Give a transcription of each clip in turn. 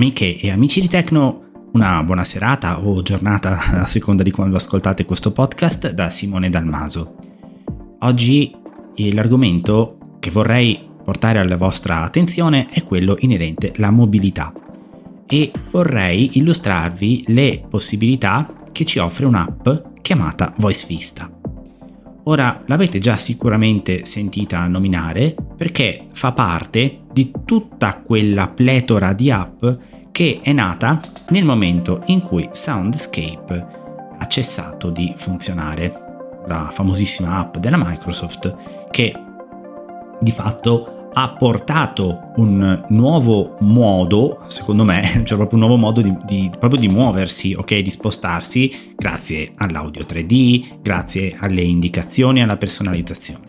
Amiche e amici di Tecno, una buona serata o giornata a seconda di quando ascoltate questo podcast da Simone Dalmaso. Oggi l'argomento che vorrei portare alla vostra attenzione è quello inerente alla mobilità e vorrei illustrarvi le possibilità che ci offre un'app chiamata VoiceVista. Ora l'avete già sicuramente sentita nominare perché fa parte di tutta quella pletora di app che è nata nel momento in cui Soundscape ha cessato di funzionare, la famosissima app della Microsoft che di fatto ha portato un nuovo modo, secondo me, cioè proprio un nuovo modo di muoversi, ok, di spostarsi, grazie all'audio 3D, grazie alle indicazioni e alla personalizzazione.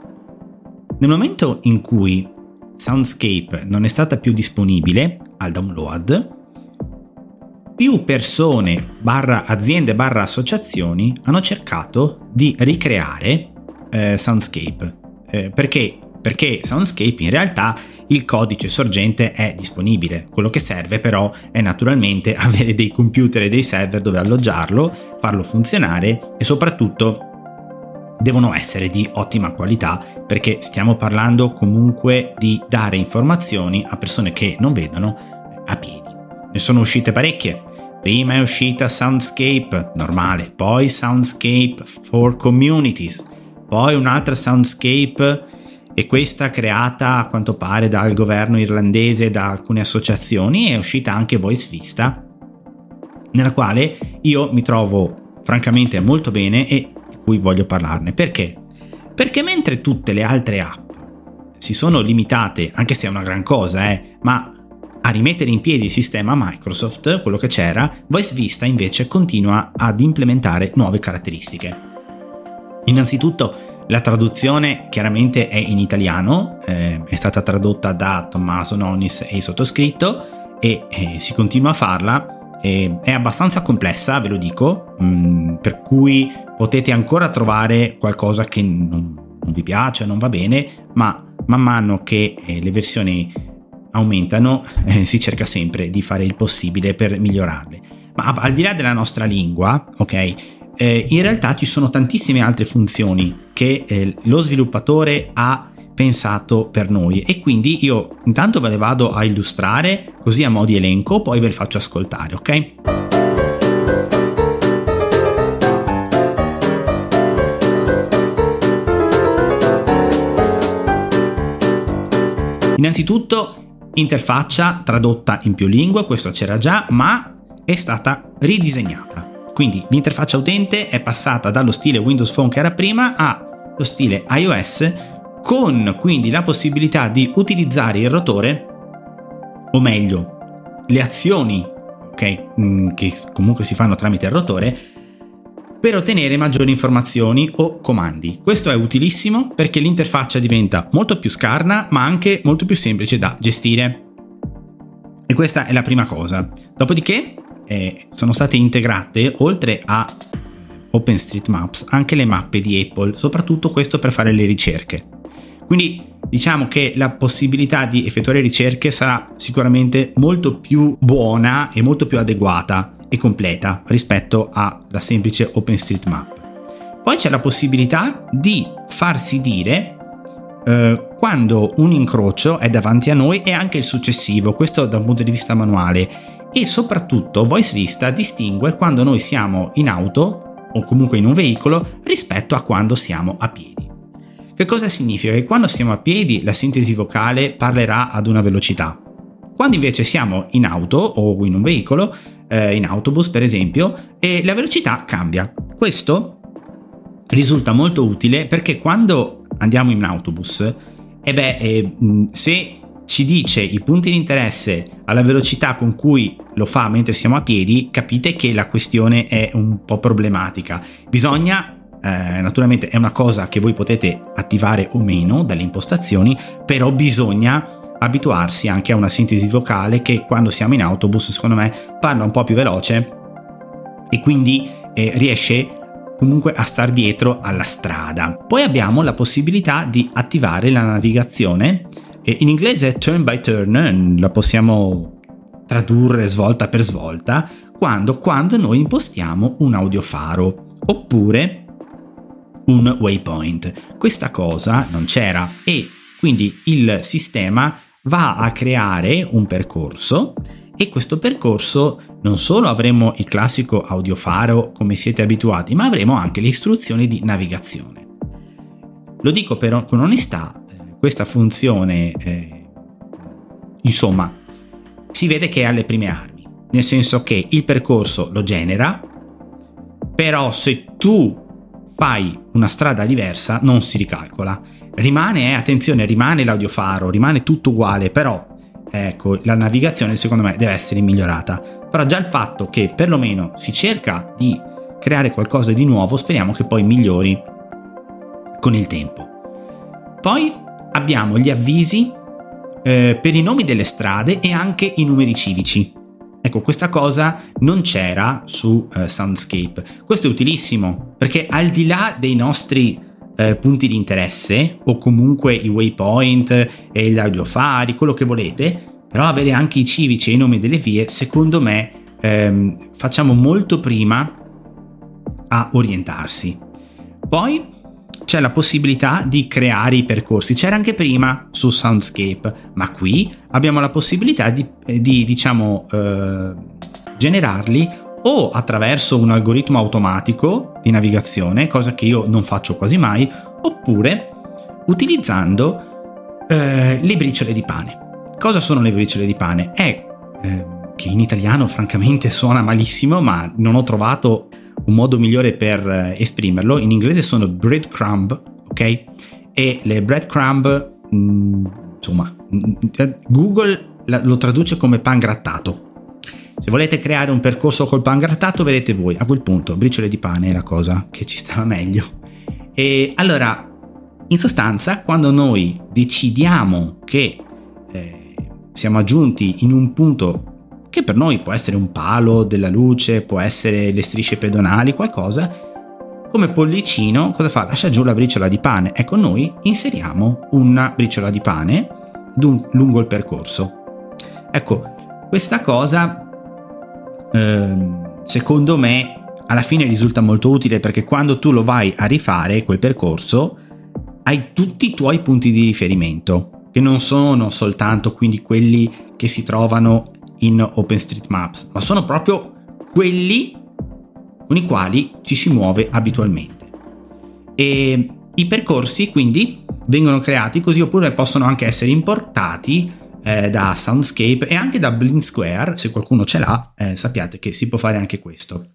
Nel momento in cui Soundscape non è stata più disponibile al download, più persone, aziende, associazioni hanno cercato di ricreare Soundscape. Perché Soundscape in realtà il codice sorgente è disponibile, quello che serve però è naturalmente avere dei computer e dei server dove alloggiarlo, farlo funzionare e soprattutto devono essere di ottima qualità perché stiamo parlando comunque di dare informazioni a persone che non vedono a piedi. Ne sono uscite parecchie. Prima è uscita Soundscape normale, poi Soundscape for Communities, poi un'altra Soundscape e questa creata a quanto pare dal governo irlandese, da alcune associazioni, è uscita anche VoiceVista, nella quale io mi trovo francamente molto bene e di cui voglio parlarne. Perché? Perché mentre tutte le altre app si sono limitate, anche se è una gran cosa, ma a rimettere in piedi il sistema Microsoft, quello che c'era, VoiceVista invece continua ad implementare nuove caratteristiche. Innanzitutto la traduzione chiaramente è in italiano, è stata tradotta da Tommaso Nonis e il sottoscritto e si continua a farla, è abbastanza complessa, ve lo dico, per cui potete ancora trovare qualcosa che non vi piace, non va bene, ma man mano che le versioni aumentano si cerca sempre di fare il possibile per migliorarle. Ma al di là della nostra lingua, ok? In realtà ci sono tantissime altre funzioni che lo sviluppatore ha pensato per noi e quindi io intanto ve le vado a illustrare così a mo' di elenco, poi ve le faccio ascoltare, ok? Innanzitutto interfaccia tradotta in più lingue, questo c'era già, ma è stata ridisegnata. Quindi l'interfaccia utente è passata dallo stile Windows Phone che era prima allo stile iOS, con quindi la possibilità di utilizzare il rotore, o meglio, le azioni che comunque si fanno tramite il rotore, per ottenere maggiori informazioni o comandi. Questo è utilissimo perché l'interfaccia diventa molto più scarna, ma anche molto più semplice da gestire. E questa è la prima cosa. Dopodiché sono state integrate, oltre a OpenStreetMaps, anche le mappe di Apple, soprattutto questo per fare le ricerche. Quindi diciamo che la possibilità di effettuare ricerche sarà sicuramente molto più buona e molto più adeguata e completa rispetto alla semplice OpenStreetMap. Poi c'è la possibilità di farsi dire quando un incrocio è davanti a noi e anche il successivo, questo da un punto di vista manuale. E soprattutto VoiceVista distingue quando noi siamo in auto o comunque in un veicolo rispetto a quando siamo a piedi. Che cosa significa? Che quando siamo a piedi la sintesi vocale parlerà ad una velocità. Quando invece siamo in auto o in un veicolo, in autobus per esempio, la velocità cambia. Questo risulta molto utile perché quando andiamo in autobus, se ci dice i punti di interesse alla velocità con cui lo fa mentre siamo a piedi, capite che la questione è un po' problematica. Bisogna, naturalmente è una cosa che voi potete attivare o meno dalle impostazioni, però bisogna abituarsi anche a una sintesi vocale che quando siamo in autobus, secondo me, parla un po' più veloce e quindi riesce comunque a star dietro alla strada. Poi abbiamo la possibilità di attivare la navigazione. In inglese turn by turn, la possiamo tradurre svolta per svolta quando noi impostiamo un audiofaro oppure un waypoint. Questa cosa non c'era e quindi il sistema va a creare un percorso e questo percorso non solo avremo il classico audiofaro come siete abituati, ma avremo anche le istruzioni di navigazione. Lo dico con onestà, questa funzione insomma si vede che è alle prime armi, nel senso che il percorso lo genera, però se tu fai una strada diversa non si ricalcola, rimane l'audiofaro, rimane tutto uguale, però ecco, la navigazione secondo me deve essere migliorata. Però già il fatto che perlomeno si cerca di creare qualcosa di nuovo, speriamo che poi migliori con il tempo. Poi abbiamo gli avvisi per i nomi delle strade e anche i numeri civici. Ecco, questa cosa non c'era su Soundscape. Questo è utilissimo perché al di là dei nostri punti di interesse o comunque i waypoint e gli audiofari, quello che volete, però avere anche i civici e i nomi delle vie, secondo me facciamo molto prima a orientarsi. Poi c'è la possibilità di creare i percorsi, c'era anche prima su Soundscape, ma qui abbiamo la possibilità di generarli o attraverso un algoritmo automatico di navigazione, cosa che io non faccio quasi mai, oppure utilizzando le briciole di pane. Cosa sono le briciole di pane? Che in italiano francamente suona malissimo, ma non ho trovato un modo migliore per esprimerlo. In inglese sono breadcrumb, ok? E le breadcrumb, insomma, Google lo traduce come pan grattato. Se volete creare un percorso col pan grattato, vedete voi, a quel punto briciole di pane è la cosa che ci stava meglio. E allora, in sostanza, quando noi decidiamo che siamo aggiunti in un punto che per noi può essere un palo della luce, può essere le strisce pedonali, qualcosa, come pollicino cosa fa? Lascia giù la briciola di pane. Ecco, noi inseriamo una briciola di pane lungo il percorso. Ecco, questa cosa secondo me alla fine risulta molto utile, perché quando tu lo vai a rifare quel percorso hai tutti i tuoi punti di riferimento, che non sono soltanto quindi quelli che si trovano in OpenStreetMaps, ma sono proprio quelli con i quali ci si muove abitualmente. E i percorsi quindi vengono creati così, oppure possono anche essere importati da Soundscape e anche da Blind Square. Se qualcuno ce l'ha, sappiate che si può fare anche questo.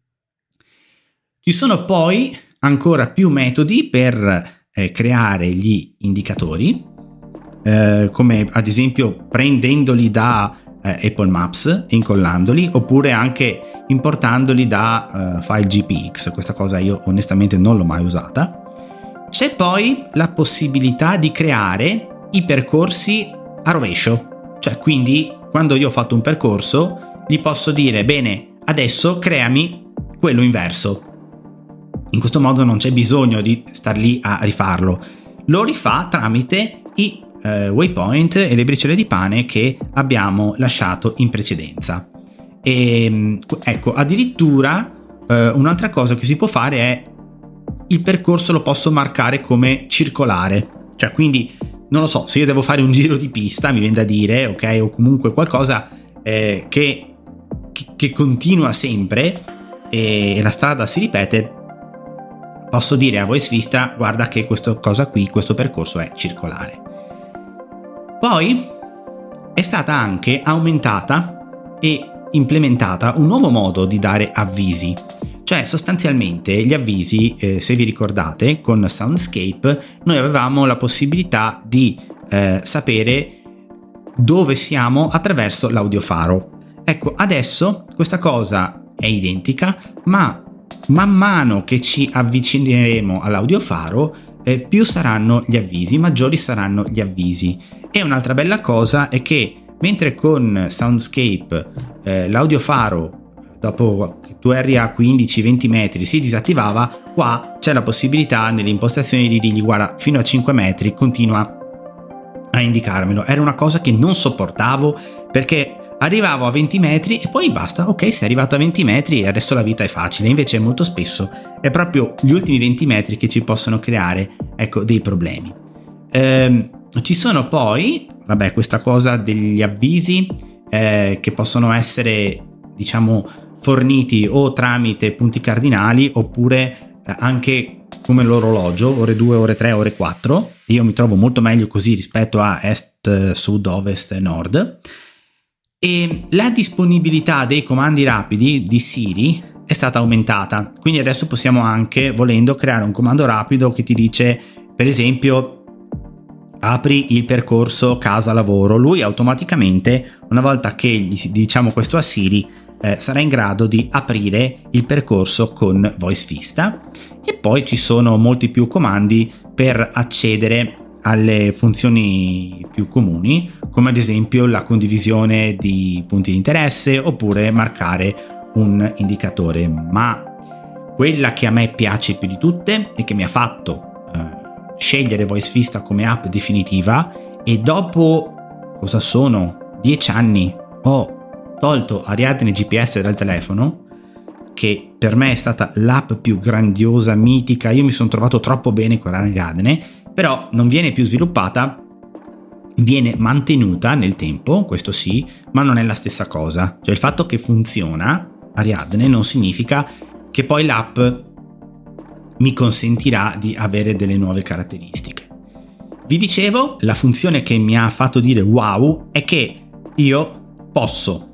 Ci sono poi ancora più metodi per creare gli indicatori, come ad esempio prendendoli da Apple Maps e incollandoli, oppure anche importandoli da file GPX. Questa cosa io onestamente non l'ho mai usata. C'è poi la possibilità di creare i percorsi a rovescio, cioè quindi quando io ho fatto un percorso gli posso dire bene, adesso creami quello inverso. In questo modo non c'è bisogno di star lì a rifarlo, lo rifà tramite i waypoint e le briciole di pane che abbiamo lasciato in precedenza. E ecco, addirittura un'altra cosa che si può fare è il percorso lo posso marcare come circolare, cioè quindi non lo so, se io devo fare un giro di pista, mi viene da dire, ok, o comunque qualcosa che continua sempre e la strada si ripete, posso dire a voice vista, guarda che questa cosa qui, questo percorso è circolare. Poi è stata anche aumentata e implementata un nuovo modo di dare avvisi, cioè sostanzialmente gli avvisi, se vi ricordate, con Soundscape noi avevamo la possibilità di sapere dove siamo attraverso l'audiofaro. Ecco, adesso questa cosa è identica, ma man mano che ci avvicineremo all'audiofaro più saranno gli avvisi, maggiori saranno gli avvisi. E un'altra bella cosa è che mentre con Soundscape l'audiofaro dopo che tu eri a 15-20 metri si disattivava, qua c'è la possibilità nelle impostazioni di dirgli guarda, fino a 5 metri continua a indicarmelo. Era una cosa che non sopportavo, perché arrivavo a 20 metri e poi basta, ok, sei arrivato a 20 metri e adesso la vita è facile. Invece molto spesso è proprio gli ultimi 20 metri che ci possono creare, ecco, dei problemi. Ci sono poi, vabbè, questa cosa degli avvisi che possono essere, diciamo, forniti o tramite punti cardinali oppure anche come l'orologio, ore 2, ore 3, ore 4. Io mi trovo molto meglio così rispetto a est, sud, ovest, nord. E la disponibilità dei comandi rapidi di Siri è stata aumentata, quindi adesso possiamo anche, volendo, creare un comando rapido che ti dice, per esempio, apri il percorso casa-lavoro. Lui automaticamente, una volta che gli diciamo questo a Siri, sarà in grado di aprire il percorso con Voice Vista. E poi ci sono molti più comandi per accedere alle funzioni più comuni, come ad esempio la condivisione di punti di interesse oppure marcare un indicatore. Ma quella che a me piace più di tutte e che mi ha fatto scegliere Voice Vista come app definitiva, e dopo 10 anni ho tolto Ariadne GPS dal telefono, che per me è stata l'app più grandiosa, mitica. Io mi sono trovato troppo bene con Ariadne, però non viene più sviluppata, viene mantenuta nel tempo, questo sì, ma non è la stessa cosa. Cioè il fatto che funziona Ariadne non significa che poi l'app mi consentirà di avere delle nuove caratteristiche. Vi dicevo, la funzione che mi ha fatto dire wow è che io posso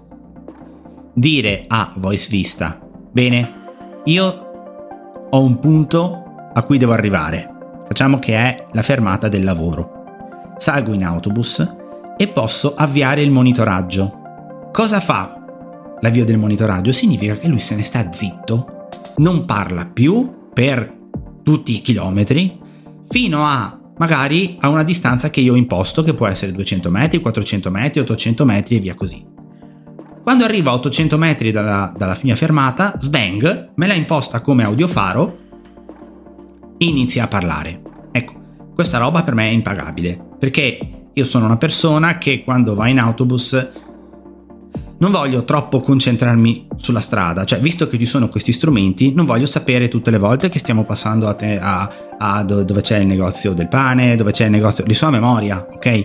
dire a Voice Vista: bene, io ho un punto a cui devo arrivare, facciamo che è la fermata del lavoro, salgo in autobus e posso avviare il monitoraggio. Cosa fa l'avvio del monitoraggio? Significa che lui se ne sta zitto, non parla più per tutti i chilometri, fino a magari a una distanza che io ho imposto, che può essere 200 metri, 400 metri, 800 metri e via così. Quando arrivo a 800 metri dalla mia fermata, sbang, me l'ha imposta come audiofaro e inizia a parlare. Ecco, questa roba per me è impagabile, perché io sono una persona che quando va in autobus non voglio troppo concentrarmi sulla strada, cioè visto che ci sono questi strumenti non voglio sapere tutte le volte che stiamo passando a dove c'è il negozio del pane, dove c'è il negozio, li so a memoria, ok?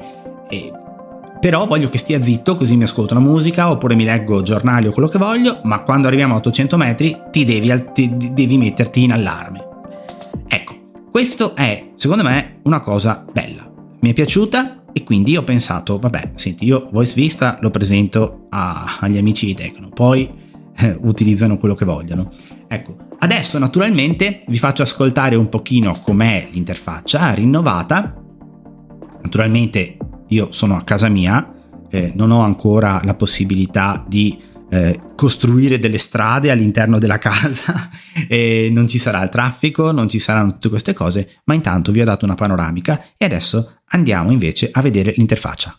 Però voglio che stia zitto, così mi ascolto la musica oppure mi leggo giornali o quello che voglio, ma quando arriviamo a 800 metri devi metterti in allarme. Ecco, questo è secondo me una cosa bella, mi è piaciuta. E quindi ho pensato, vabbè, senti, io Voice Vista lo presento agli amici di Tecno, poi utilizzano quello che vogliono. Ecco, adesso naturalmente vi faccio ascoltare un pochino com'è l'interfaccia rinnovata. Naturalmente io sono a casa mia, non ho ancora la possibilità di costruire delle strade all'interno della casa, e non ci sarà il traffico, non ci saranno tutte queste cose, ma intanto vi ho dato una panoramica e adesso andiamo invece a vedere l'interfaccia.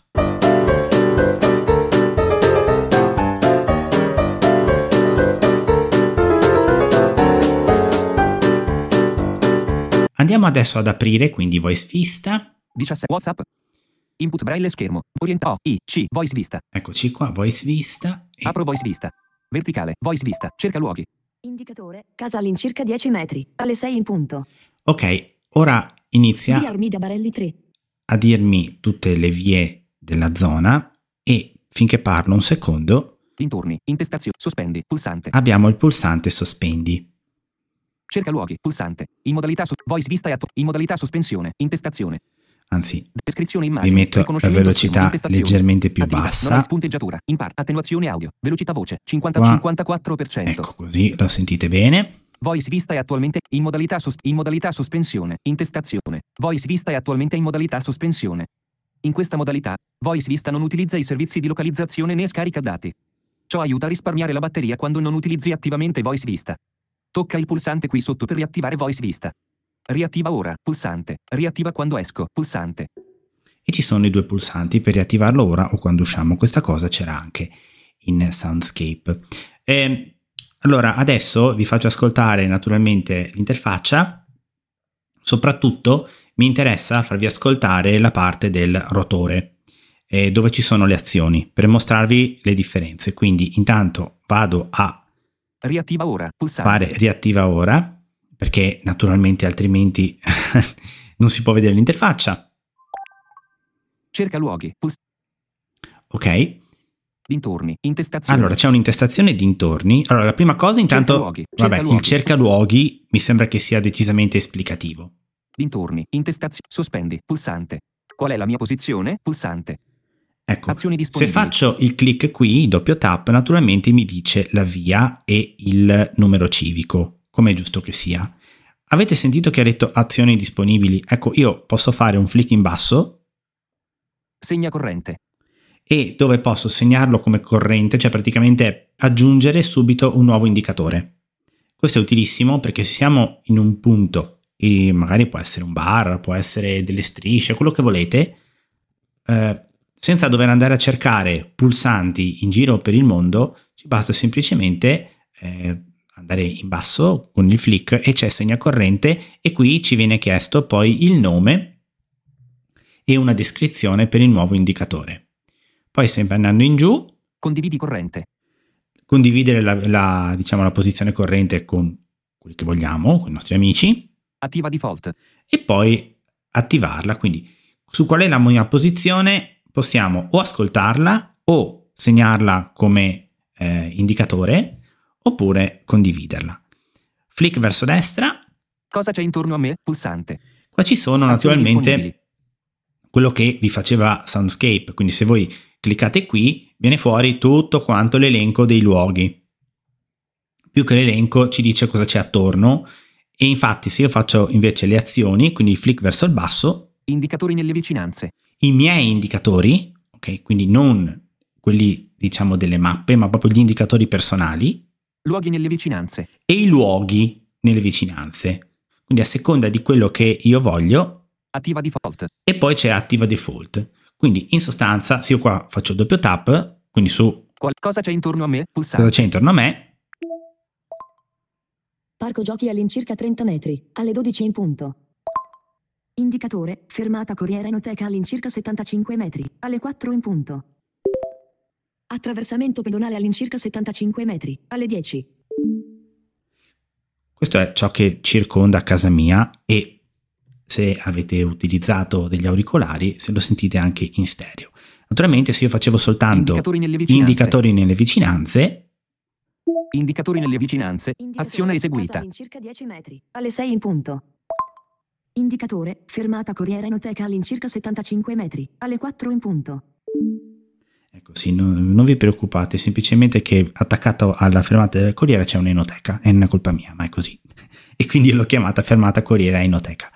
Andiamo adesso ad aprire quindi Voice Vista. 17 WhatsApp. Input braille schermo. Orienta O, I, C, Voice Vista. Eccoci qua, Voice Vista. Apro Voice Vista. Verticale, Voice Vista. Cerca luoghi. Indicatore, casa all'incirca 10 metri, alle 6 in punto. Ok, ora inizia Via Armida Barelli 3. a dirmi tutte le vie della zona e finché parlo un secondo Dintorni, intestazione, sospendi, pulsante. abbiamo il pulsante sospendi. Cerca luoghi, pulsante. In modalità Voice Vista e in modalità sospensione, intestazione. Anzi, Descrizione vi immagine. metto la Riconoscimento velocità schermo, leggermente più attività, bassa. Non hai spunteggiatura. Attenuazione audio. Velocità voce. 50-54%. Ecco, così lo sentite bene. Voice Vista è attualmente in modalità sospensione. Intestazione. Voice Vista è attualmente in modalità sospensione. In questa modalità, Voice Vista non utilizza i servizi di localizzazione né scarica dati. Ciò aiuta a risparmiare la batteria quando non utilizzi attivamente Voice Vista. Tocca il pulsante qui sotto per riattivare Voice Vista. Riattiva ora, pulsante. Riattiva quando esco, pulsante. E ci sono i due pulsanti per riattivarlo ora o quando usciamo. Questa cosa c'era anche in Soundscape. Allora, adesso vi faccio ascoltare naturalmente l'interfaccia. Soprattutto mi interessa farvi ascoltare la parte del rotore. dove ci sono le azioni per mostrarvi le differenze. Quindi intanto vado a Riattiva ora, pulsante. fare riattiva ora, perché naturalmente altrimenti non si può vedere l'interfaccia. Cerca luoghi, Ok, dintorni, intestazione. allora c'è un'intestazione dintorni. Allora la prima cosa intanto, Cerca luoghi, il cerca luoghi mi sembra che sia decisamente esplicativo. Dintorni, intestazione, sospendi, pulsante. Qual è la mia posizione? Pulsante. Ecco, Azioni se disponibili. faccio il clic qui, il doppio tap, naturalmente mi dice la via e il numero civico, come è giusto che sia. Avete sentito che ha detto azioni disponibili? Ecco, io posso fare un flick in basso Segna corrente. e dove posso segnarlo come corrente, cioè praticamente aggiungere subito un nuovo indicatore. Questo è utilissimo perché se siamo in un punto, e magari può essere un bar, può essere delle strisce, quello che volete, senza dover andare a cercare pulsanti in giro per il mondo, ci basta semplicemente andare in basso con il flick e c'è segna corrente e qui ci viene chiesto poi il nome e una descrizione per il nuovo indicatore. Poi sempre andando in giù, Condividi corrente. condividere la posizione corrente con quelli che vogliamo, con i nostri amici, Attiva default. e poi attivarla. Quindi su qual è la mia posizione possiamo o ascoltarla o segnarla come indicatore oppure condividerla. Flick verso destra. Cosa c'è intorno a me? Pulsante. Qua ci sono Azioni naturalmente disponibili. quello che vi faceva Soundscape, quindi se voi cliccate qui viene fuori tutto quanto l'elenco dei luoghi. Più che l'elenco ci dice cosa c'è attorno e infatti se io faccio invece le azioni, quindi il flick verso il basso, Indicatori nelle vicinanze. i miei indicatori, ok, quindi non quelli diciamo delle mappe, ma proprio gli indicatori personali Luoghi nelle vicinanze. e i luoghi nelle vicinanze. Quindi a seconda di quello che io voglio, Attiva default. e poi c'è attiva default. Quindi in sostanza, se io qua faccio doppio tap, quindi su Cosa c'è intorno a me? cosa Pulsante. c'è intorno a me, Parco giochi all'incirca 30 metri, alle 12 in punto. Indicatore, fermata Corriere Enoteca all'incirca 75 metri, alle 4 in punto. Attraversamento pedonale all'incirca 75 metri, alle 10. questo è ciò che circonda casa mia e se avete utilizzato degli auricolari, se lo sentite anche in stereo. Naturalmente se io facevo soltanto Indicatori nelle vicinanze. indicatori nelle vicinanze, Indicatori nelle vicinanze. Indicatore, Azione casa eseguita. all'incirca 10 metri, alle 6 in punto. Indicatore, fermata Corriere Enoteca all'incirca 75 metri, alle 4 in punto. ecco sì, non vi preoccupate, semplicemente che attaccato alla fermata del Corriere c'è un'enoteca, è una colpa mia, ma è così. E quindi l'ho chiamata fermata Corriere Enoteca.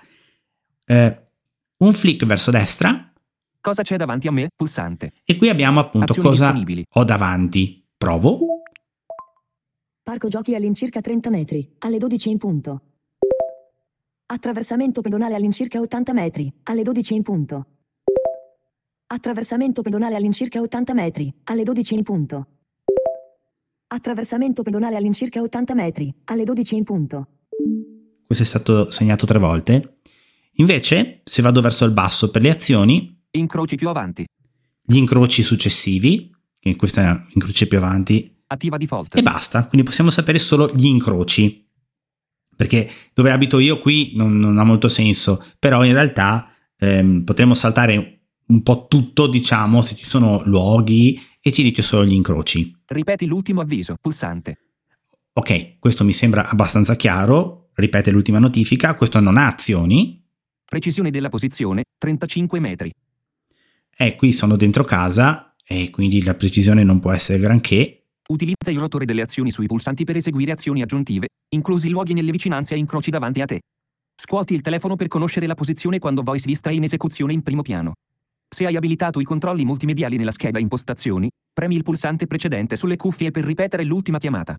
Un flick verso destra Cosa c'è davanti a me? Pulsante. e qui abbiamo appunto Azioni cosa disponibili. ho davanti. Provo. Parco giochi all'incirca 30 metri, alle 12 in punto. Attraversamento pedonale all'incirca 80 metri, alle 12 in punto. Attraversamento pedonale all'incirca 80 metri, alle 12 in punto. Attraversamento pedonale all'incirca 80 metri, alle 12 in punto. Questo è stato segnato 3 volte. Invece, se vado verso il basso per le azioni, Incroci più avanti. gli incroci successivi, che questo è incroci più avanti, Attiva default. e basta. Quindi possiamo sapere solo gli incroci. Perché dove abito io qui non ha molto senso, però in realtà potremmo saltare un po' tutto, diciamo, se ci sono luoghi e ci dice solo gli incroci. Ripeti l'ultimo avviso. Pulsante. Ok, questo mi sembra abbastanza chiaro. Ripete l'ultima notifica. Questo non ha azioni. Precisione della posizione. 35 metri. Qui sono dentro casa e quindi la precisione non può essere granché. Utilizza il rotore delle azioni sui pulsanti per eseguire azioni aggiuntive, inclusi luoghi nelle vicinanze e incroci davanti a te. Scuoti il telefono per conoscere la posizione quando Voice Vista è in esecuzione in primo piano. Se hai abilitato i controlli multimediali nella scheda impostazioni, premi il pulsante precedente sulle cuffie per ripetere l'ultima chiamata.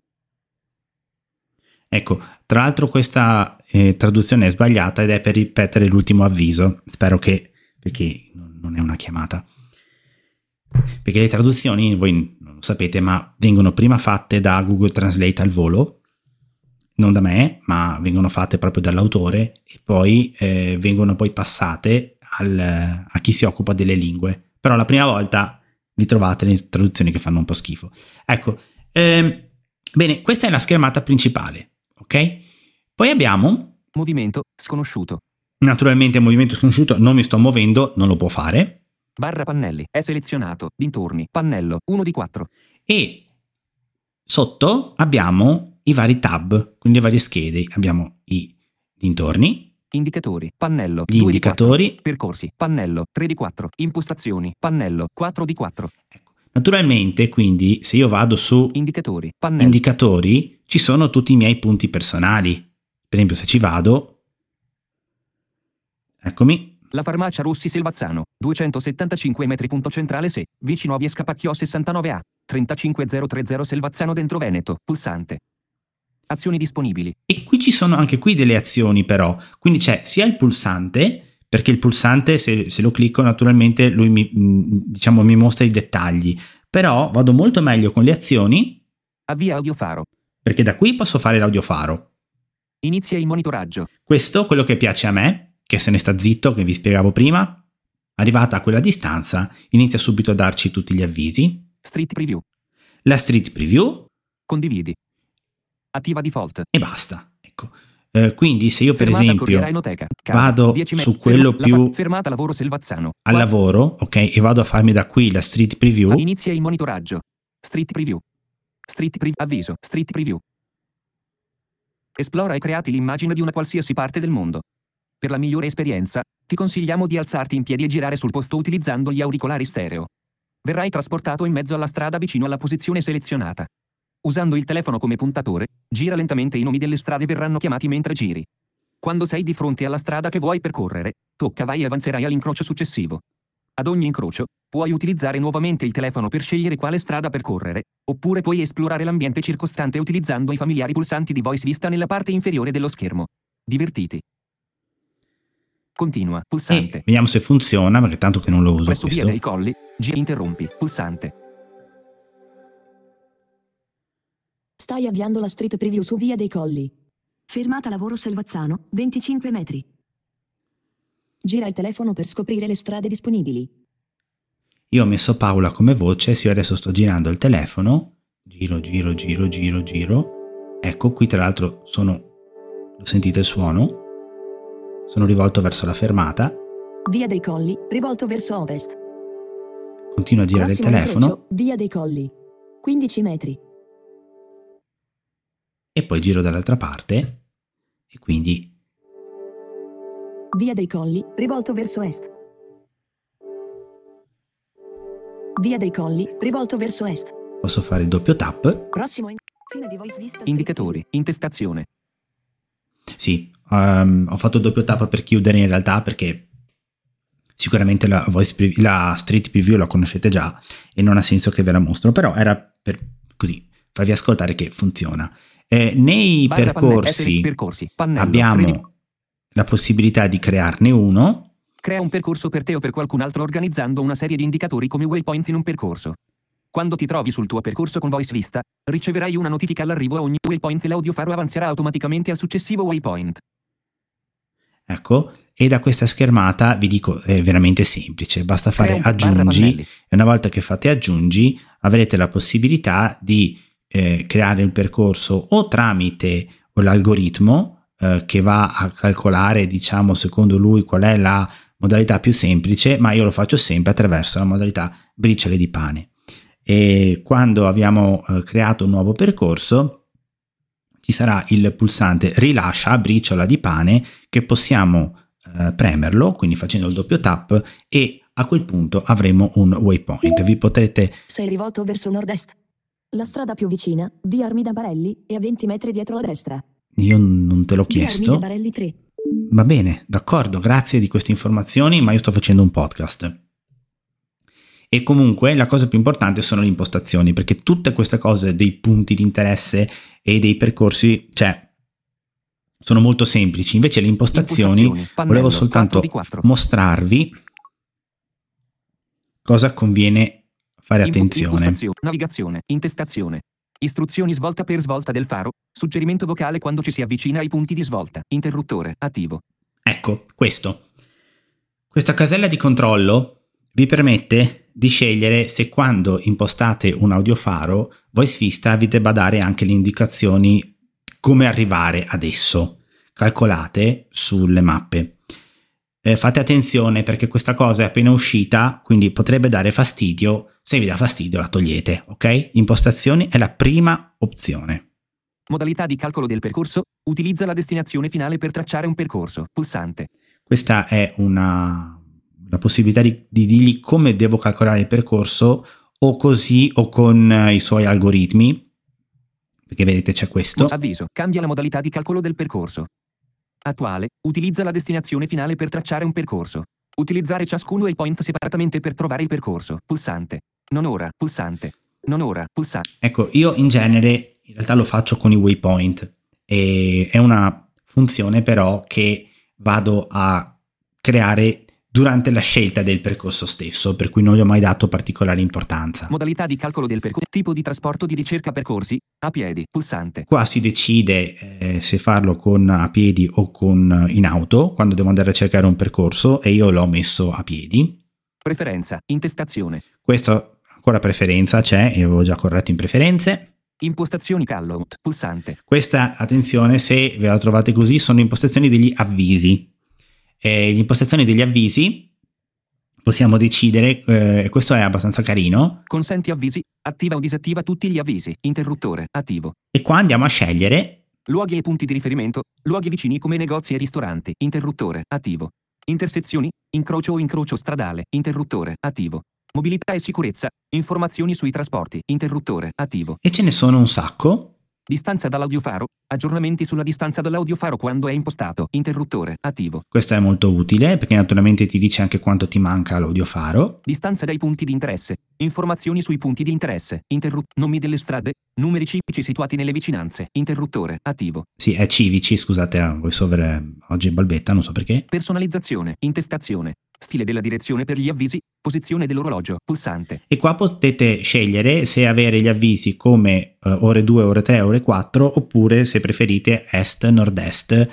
Ecco, tra l'altro questa traduzione è sbagliata ed è per ripetere l'ultimo avviso. Spero che, perché non è una chiamata. Perché le traduzioni, voi non lo sapete, ma vengono prima fatte da Google Translate al volo, non da me, ma vengono fatte proprio dall'autore e poi vengono poi passate a chi si occupa delle lingue però la prima volta vi trovate le traduzioni che fanno un po' schifo. Ecco, bene, questa è la schermata principale, ok? Poi abbiamo Movimento sconosciuto. naturalmente movimento sconosciuto, non mi sto muovendo, non lo può fare. Barra pannelli. È selezionato. Dintorni. Pannello. 1 di 4. E sotto abbiamo i vari tab, quindi le varie schede. Abbiamo i dintorni, Indicatori. Pannello. gli 2 di 4. indicatori. Percorsi. Pannello. 3 di 4. Impostazioni. Pannello. 4 di 4. Ecco. Naturalmente, quindi, se io vado su Indicatori. Pannello. indicatori, ci sono tutti i miei punti personali. Per esempio, se ci vado, eccomi, La farmacia Rossi Selvazzano. 275 metri. Punto centrale se. Vicino a via Scapacchio 69A. 35030 Selvazzano dentro Veneto. Pulsante. Azioni disponibili. e qui ci sono anche qui delle azioni però, quindi c'è sia il pulsante, perché il pulsante se lo clicco naturalmente lui mi mostra i dettagli, però vado molto meglio con le azioni Avvia audiofaro. perché da qui posso fare l'audiofaro. Inizia il monitoraggio. Questo, quello che piace a me, che se ne sta zitto, che vi spiegavo prima, arrivata a quella distanza inizia subito a darci tutti gli avvisi. Street preview. La street preview Condividi. Attiva default. e basta, ecco. Quindi se io per Fermata esempio Corriera Enoteca. Casa. vado 10 su metri. quello più Fermata lavoro Selvazzano. al lavoro, ok, e vado a farmi da qui la street preview, Inizia il monitoraggio. Street preview. Street preview. Avviso. Street preview. Esplora e creati l'immagine di una qualsiasi parte del mondo. Per la migliore esperienza, ti consigliamo di alzarti in piedi e girare sul posto utilizzando gli auricolari stereo. Verrai trasportato in mezzo alla strada vicino alla posizione selezionata. Usando il telefono come puntatore, gira lentamente, i nomi delle strade verranno chiamati mentre giri. Quando sei di fronte alla strada che vuoi percorrere, tocca vai e avanzerai all'incrocio successivo. Ad ogni incrocio, puoi utilizzare nuovamente il telefono per scegliere quale strada percorrere, oppure puoi esplorare l'ambiente circostante utilizzando i familiari pulsanti di Voice Vista nella parte inferiore dello schermo. Divertiti. Continua. e Pulsante. vediamo se funziona, perché tanto che non lo uso Presso via questo. dei Colli. Interrompi. Pulsante. Stai avviando la street preview su Via dei Colli. Fermata lavoro Selvazzano, 25 metri. Gira il telefono per scoprire le strade disponibili. Io ho messo Paola come voce, se io adesso sto girando il telefono, giro, ecco qui tra l'altro lo sentite il suono, sono rivolto verso la fermata, Via dei Colli, rivolto verso ovest. continuo a girare il Prossimo telefono incrocio, Via dei Colli. 15 metri. e poi giro dall'altra parte e quindi Via dei Colli, rivolto verso est. Via dei Colli, rivolto verso est. posso fare il doppio tap. Fine di Voice Vista. Indicatori. Intestazione. Sì, ho fatto il doppio tap per chiudere in realtà perché sicuramente la street preview la conoscete già e non ha senso che ve la mostro, però era per così farvi ascoltare che funziona. Nei Barra percorsi pannello, abbiamo la possibilità di crearne uno. Crea un percorso per te o per qualcun altro organizzando una serie di indicatori come waypoint in un percorso. Quando ti trovi sul tuo percorso con Voice Vista, riceverai una notifica all'arrivo a ogni waypoint e l'audiofaro avanzerà automaticamente al successivo waypoint. Ecco, e da questa schermata vi dico è veramente semplice, basta fare aggiungi e una volta che fate aggiungi avrete la possibilità di creare il percorso o tramite l'algoritmo che va a calcolare, diciamo, secondo lui qual è la modalità più semplice, ma io lo faccio sempre attraverso la modalità briciole di pane. E quando abbiamo creato un nuovo percorso ci sarà il pulsante rilascia briciola di pane che possiamo premerlo, quindi facendo il doppio tap, e a quel punto avremo un waypoint. Vi potrete... Sei rivolto verso nord-est. La strada più vicina, via Armida Barelli, è a 20 metri dietro a destra. Io non te l'ho Via chiesto. Armida Barelli 3. Va bene, d'accordo, grazie di queste informazioni, ma io sto facendo un podcast. E comunque la cosa più importante sono le impostazioni, perché tutte queste cose dei punti di interesse e dei percorsi, cioè, sono molto semplici. Invece le impostazioni pannello, volevo soltanto 4 mostrarvi cosa conviene fare attenzione. Navigazione, intestazione. Istruzioni svolta per svolta del faro, suggerimento vocale quando ci si avvicina ai punti di svolta, interruttore, attivo. Ecco, questa casella di controllo vi permette di scegliere se quando impostate un audiofaro Voice Vista vi debba dare anche le indicazioni come arrivare ad esso, calcolate sulle mappe. Fate attenzione perché questa cosa è appena uscita, quindi potrebbe dare fastidio. Se vi dà fastidio la togliete, ok? Impostazioni è la prima opzione. Modalità di calcolo del percorso. Utilizza la destinazione finale per tracciare un percorso. Pulsante. Questa è la possibilità di dirgli come devo calcolare il percorso, o così o con i suoi algoritmi, perché vedete c'è questo. Avviso. Cambia la modalità di calcolo del percorso. Attuale. Utilizza la destinazione finale per tracciare un percorso. Utilizzare ciascuno waypoint separatamente per trovare il percorso. Pulsante. Non ora. Pulsante. Non ora. Pulsante. Ecco, io in genere in realtà lo faccio con i waypoint e è una funzione però che vado a creare durante la scelta del percorso stesso, per cui non gli ho mai dato particolare importanza. Modalità di calcolo del percorso. Tipo di trasporto di ricerca percorsi. A piedi. Pulsante. Qua si decide se farlo a piedi o in auto, quando devo andare a cercare un percorso, e io l'ho messo a piedi. Preferenza. Intestazione. Questo ancora preferenza c'è, e avevo già corretto in preferenze. Impostazioni callout. Pulsante. Questa, attenzione, se ve la trovate così, sono impostazioni degli avvisi. Le impostazioni degli avvisi possiamo decidere, questo è abbastanza carino. Consenti avvisi, attiva o disattiva tutti gli avvisi, interruttore, attivo. E qua andiamo a scegliere luoghi e punti di riferimento, luoghi vicini come negozi e ristoranti, interruttore, attivo. Intersezioni, incrocio o incrocio stradale, interruttore, attivo. Mobilità e sicurezza, informazioni sui trasporti, interruttore, attivo. E ce ne sono un sacco. Distanza dall'audiofaro, aggiornamenti sulla distanza dall'audiofaro quando è impostato, interruttore, attivo. Questo è molto utile perché naturalmente ti dice anche quanto ti manca l'audiofaro. Distanza dai punti di interesse, informazioni sui punti di interesse, nomi delle strade, numeri civici situati nelle vicinanze, interruttore, attivo. Sì, è civici, scusate, VoiceOver oggi è balbetta, non so perché. Personalizzazione, intestazione, stile della direzione per gli avvisi, posizione dell'orologio, pulsante. E qua potete scegliere se avere gli avvisi come ore 2, ore 3, ore 4, oppure se preferite est, nord-est.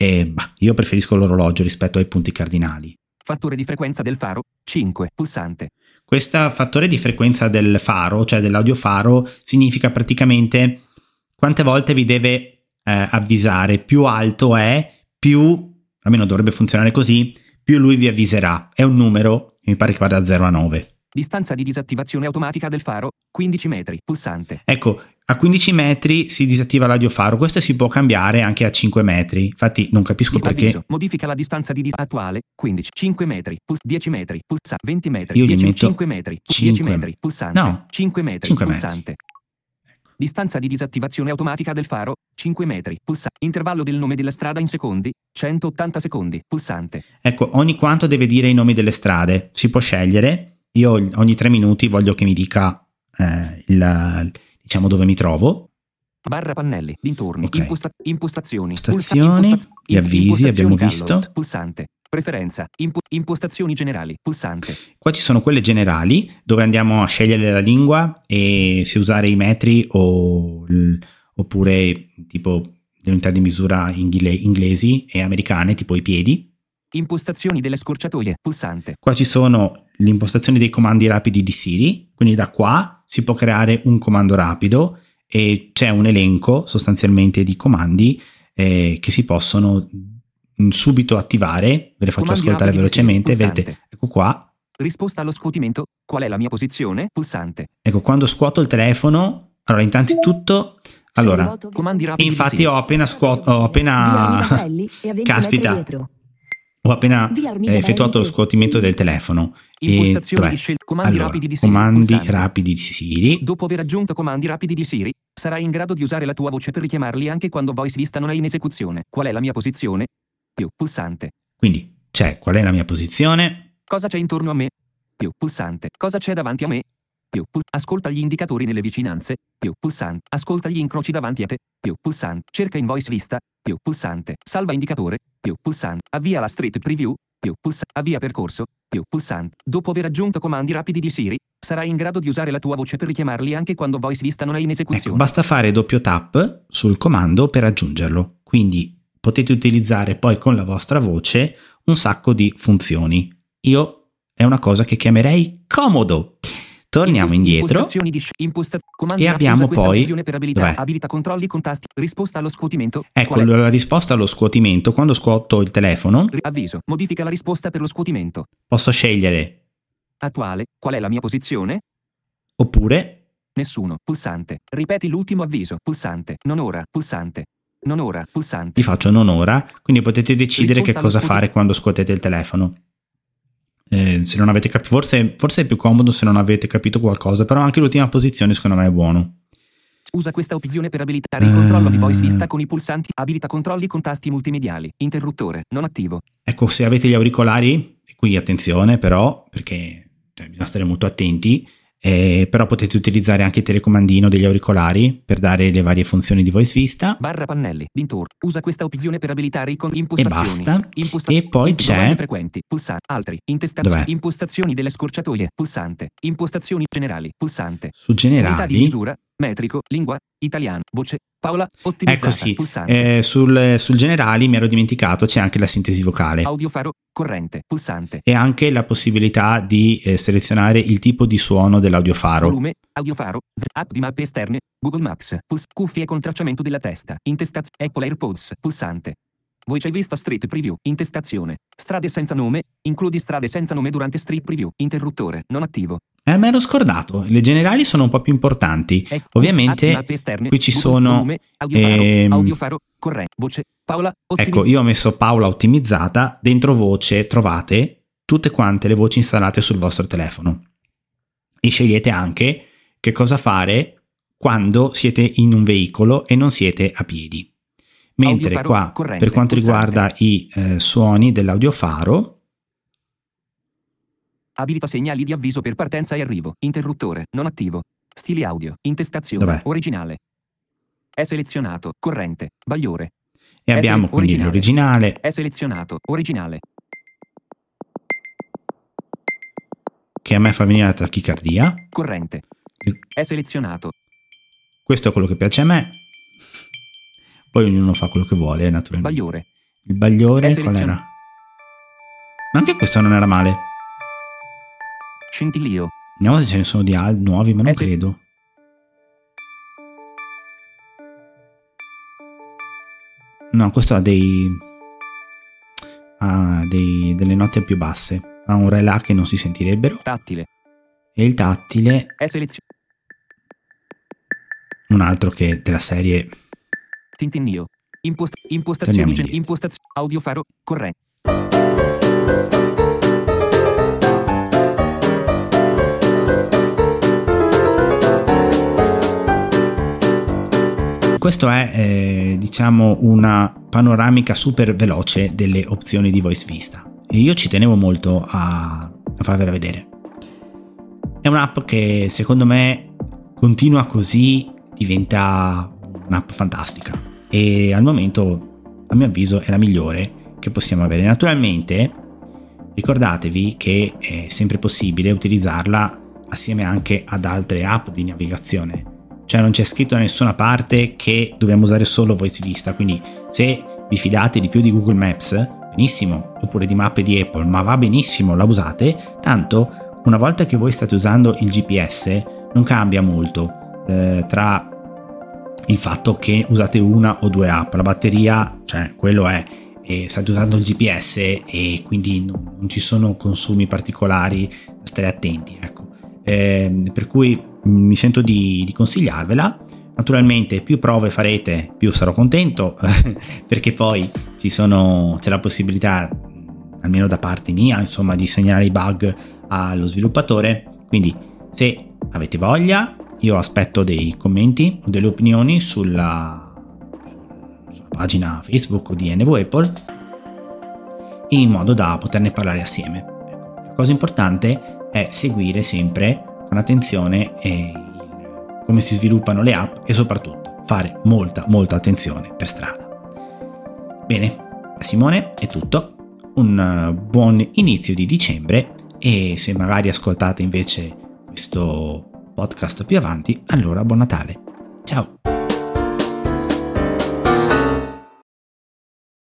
Io preferisco l'orologio rispetto ai punti cardinali. Fattore di frequenza del faro, 5, pulsante. Questo fattore di frequenza del faro, cioè dell'audiofaro, significa praticamente quante volte vi deve avvisare. Più alto è, più, almeno dovrebbe funzionare così, più lui vi avviserà. È un numero, mi pare che vada da 0 a 9. Distanza di disattivazione automatica del faro, 15 metri, pulsante. Ecco, a 15 metri si disattiva l'audiofaro. Questo si può cambiare anche a 5 metri. Infatti non capisco perché. Modifica la distanza di attuale, 15, 5 metri, 10 metri, pulsante, 20 metri, io 10, gli metto 5 metri, 5 10 metri, pulsante, no, 5 metri, 5 pulsante. Metri. Distanza di disattivazione automatica del faro, 5 metri, pulsante. Intervallo del nome della strada in secondi, 180 secondi, pulsante. Ecco, ogni quanto deve dire i nomi delle strade. Si può scegliere. Io ogni 3 minuti voglio che mi dica diciamo dove mi trovo. Barra pannelli, dintorni, Okay. impostazioni, Gli avvisi abbiamo visto. Pulsante, preferenza, impostazioni generali, pulsante. Qua ci sono quelle generali dove andiamo a scegliere la lingua e se usare i metri oppure tipo le unità di misura inglesi e americane, tipo i piedi. Impostazioni delle scorciatoie, pulsante. Qua ci sono le impostazioni dei comandi rapidi di Siri, quindi da qua si può creare un comando rapido e c'è un elenco sostanzialmente di comandi che si possono subito attivare. Ve le faccio Comandi ascoltare rapidi di Siri, velocemente. pulsante. Vedete, ecco qua. Risposta allo scuotimento, qual è la mia posizione? Pulsante. Ecco, quando scuoto il telefono, allora innanzitutto, allora, Comandi rapidi di infatti Siri. ho appena caspita, ho appena effettuato lo scuotimento del telefono. Impostazioni dov'è? di scelta, comandi Allora, rapidi di Siri, comandi pulsante. rapidi di Siri. Dopo aver aggiunto comandi rapidi di Siri, sarai in grado di usare la tua voce per richiamarli anche quando Voice Vista non è in esecuzione. Qual è la mia posizione? Più, pulsante. Quindi c'è qual è la mia posizione? Cosa c'è intorno a me? Più, pulsante. Cosa c'è davanti a me? Più, ascolta gli indicatori nelle vicinanze. Più, pulsante. Ascolta gli incroci davanti a te. Più, pulsante. Cerca in Voice Vista. Più, pulsante. Salva indicatore. Più, pulsante. Avvia la Street Preview. Più, pulsante. Avvia percorso. Più, pulsante. Dopo aver aggiunto comandi rapidi di Siri, sarai in grado di usare la tua voce per richiamarli anche quando Voice Vista non è in Ecco, esecuzione. basta fare doppio tap sul comando per aggiungerlo. Quindi potete utilizzare poi con la vostra voce un sacco di funzioni. Io è una cosa che chiamerei comodo. Torniamo indietro e abbiamo poi dov'è? Abilita controlli con tasti, risposta allo scuotimento. Ecco la risposta allo scuotimento. Quando scuoto il telefono, avviso, modifica la risposta per lo scuotimento. Posso scegliere attuale, qual è la mia posizione? Oppure nessuno, pulsante. Ripeti l'ultimo avviso, pulsante. Non ora, pulsante. Non ora, pulsante. Ti faccio non ora, quindi potete decidere che cosa fare quando scuotete il telefono. Se non avete capito, forse è più comodo se non avete capito qualcosa, però anche l'ultima posizione secondo me è buono. Usa questa opzione per abilitare il controllo di voice vista con i pulsanti. Abilita controlli con tasti multimediali. Interruttore non attivo. Ecco, se avete gli auricolari, e qui attenzione però, perché bisogna stare molto attenti, però potete utilizzare anche il telecomandino degli auricolari per dare le varie funzioni di voice vista. Barra pannelli, dintorno. Usa questa opzione per abilitare i impostazioni. E basta. E poi c'è frequenti, pulsante, altri, intestazioni, impostazioni delle scorciatoie, pulsante, impostazioni generali, pulsante. Su generali. Unità di misura, metrico, lingua, italiano, voce, Paola, ottimizzata, ecco sì, pulsante. Sul generali mi ero dimenticato, c'è anche la sintesi vocale. Audiofaro, corrente, pulsante. E anche la possibilità di selezionare il tipo di suono dell'audiofaro. Volume, audiofaro, app di mappe esterne, Google Maps, cuffie con tracciamento della testa, intestazione, Apple AirPods, pulsante. Voice vista Street Preview, intestazione, strade senza nome, includi strade senza nome durante Street Preview, interruttore, non attivo. Me l'ho scordato, le generali sono un po' più importanti. Ovviamente esterne, qui ci Google, sono volume, audiofaro, corrente, voce, Paola, ecco, io ho messo Paola ottimizzata, dentro voce trovate tutte quante le voci installate sul vostro telefono e scegliete anche che cosa fare quando siete in un veicolo e non siete a piedi. Mentre audiofaro, qua, per quanto riguarda i suoni dell'audiofaro, abilita segnali di avviso per partenza e arrivo, interruttore, non attivo, stili audio, intestazione, dov'è? Originale. È selezionato, corrente, bagliore. E abbiamo quindi l'originale. È selezionato, originale. Che a me fa venire la tachicardia. Corrente. È selezionato. Questo è quello che piace a me. Poi ognuno fa quello che vuole, naturalmente. Bagliore. Il bagliore qual era? Ma anche questo non era male. Scintillio. Vediamo se ce ne sono di nuovi, ma non credo. No, questo ha delle note più basse. Ha un re là che non si sentirebbero. Tattile. E il tattile è selezionato. Un altro che della serie Tintinnio. Impostazioni audiofaro corretto. Questo è diciamo una panoramica super veloce delle opzioni di voice vista e io ci tenevo molto a farvela vedere. È un'app che secondo me continua così, diventa un'app fantastica e al momento a mio avviso è la migliore che possiamo avere. Naturalmente ricordatevi che è sempre possibile utilizzarla assieme anche ad altre app di navigazione. Cioè non c'è scritto da nessuna parte che dobbiamo usare solo voice vista, quindi se vi fidate di più di Google Maps, benissimo, oppure di mappe di Apple, ma va benissimo, la usate, tanto una volta che voi state usando il GPS non cambia molto tra il fatto che usate una o due app, la batteria, cioè quello è, e state usando il GPS e quindi non ci sono consumi particolari da stare attenti, ecco. Per cui mi sento di consigliarvela. Naturalmente più prove farete più sarò contento perché poi c'è la possibilità, almeno da parte mia, insomma, di segnalare i bug allo sviluppatore. Quindi se avete voglia io aspetto dei commenti o delle opinioni sulla pagina Facebook di NV Apple in modo da poterne parlare assieme. Ecco, la cosa importante è seguire sempre con attenzione come si sviluppano le app e soprattutto fare molta attenzione per strada. Bene, da Simone è tutto, un buon inizio di dicembre e se magari ascoltate invece questo podcast più avanti, allora buon Natale, ciao!